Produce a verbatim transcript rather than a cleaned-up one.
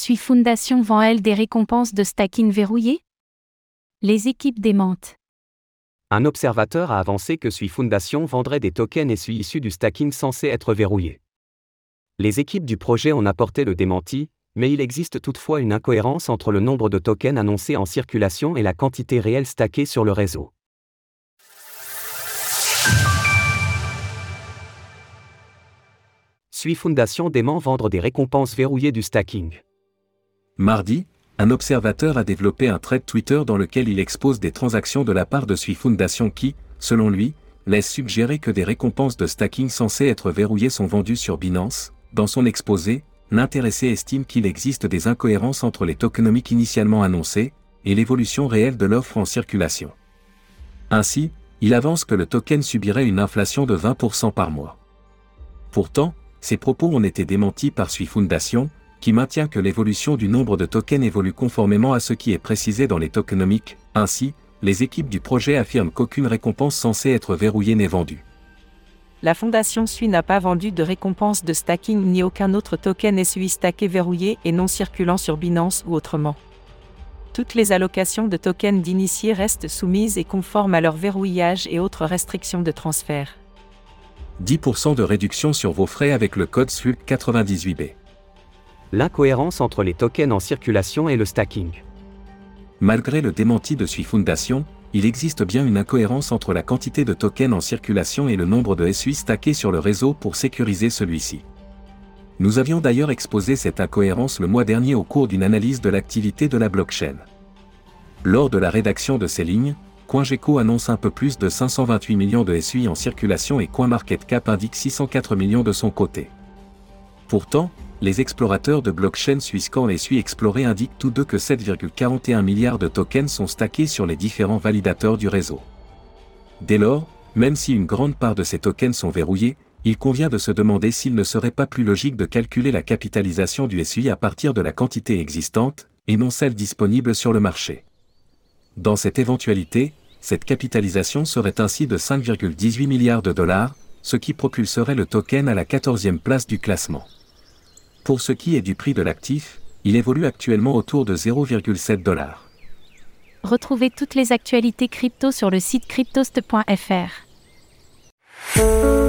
Sui Foundation vend elle des récompenses de stacking verrouillées? Les équipes démentent. Un observateur a avancé que Sui Foundation vendrait des tokens S U I issus du stacking censés être verrouillés. Les équipes du projet ont apporté le démenti, mais il existe toutefois une incohérence entre le nombre de tokens annoncés en circulation et la quantité réelle stackée sur le réseau. Sui Foundation dément vendre des récompenses verrouillées du stacking. Mardi, un observateur a développé un thread Twitter dans lequel il expose des transactions de la part de Sui Foundation qui, selon lui, laissent suggérer que des récompenses de stacking censées être verrouillées sont vendues sur Binance. Dans son exposé, l'intéressé estime qu'il existe des incohérences entre les tokenomics initialement annoncés et l'évolution réelle de l'offre en circulation. Ainsi, il avance que le token subirait une inflation de vingt pour cent par mois. Pourtant, ces propos ont été démentis par Sui Foundation, qui maintient que l'évolution du nombre de tokens évolue conformément à ce qui est précisé dans les tokenomics. Ainsi, les équipes du projet affirment qu'aucune récompense censée être verrouillée n'est vendue. La fondation Sui n'a pas vendu de récompense de stacking ni aucun autre token S U I stacké verrouillé et non circulant sur Binance ou autrement. Toutes les allocations de tokens d'initiés restent soumises et conformes à leur verrouillage et autres restrictions de transfert. dix pour cent de réduction sur vos frais avec le code S U L quatre-vingt-dix-huit B. L'incohérence entre les tokens en circulation et le stacking. Malgré le démenti de Sui Foundation, il existe bien une incohérence entre la quantité de tokens en circulation et le nombre de S U I stackés sur le réseau pour sécuriser celui-ci. Nous avions d'ailleurs exposé cette incohérence le mois dernier au cours d'une analyse de l'activité de la blockchain. Lors de la rédaction de ces lignes, CoinGecko annonce un peu plus de cinq cent vingt-huit millions de S U I en circulation et CoinMarketCap indique six cent quatre millions de son côté. Pourtant, les explorateurs de blockchain Suiscan et Sui Explorer indiquent tous deux que sept virgule quarante et un milliards de tokens sont stackés sur les différents validateurs du réseau. Dès lors, même si une grande part de ces tokens sont verrouillés, il convient de se demander s'il ne serait pas plus logique de calculer la capitalisation du S U I à partir de la quantité existante, et non celle disponible sur le marché. Dans cette éventualité, cette capitalisation serait ainsi de cinq virgule dix-huit milliards de dollars, ce qui propulserait le token à la quatorzième place du classement. Pour ce qui est du prix de l'actif, il évolue actuellement autour de zéro virgule sept dollars. Retrouvez toutes les actualités crypto sur le site cryptost point f r.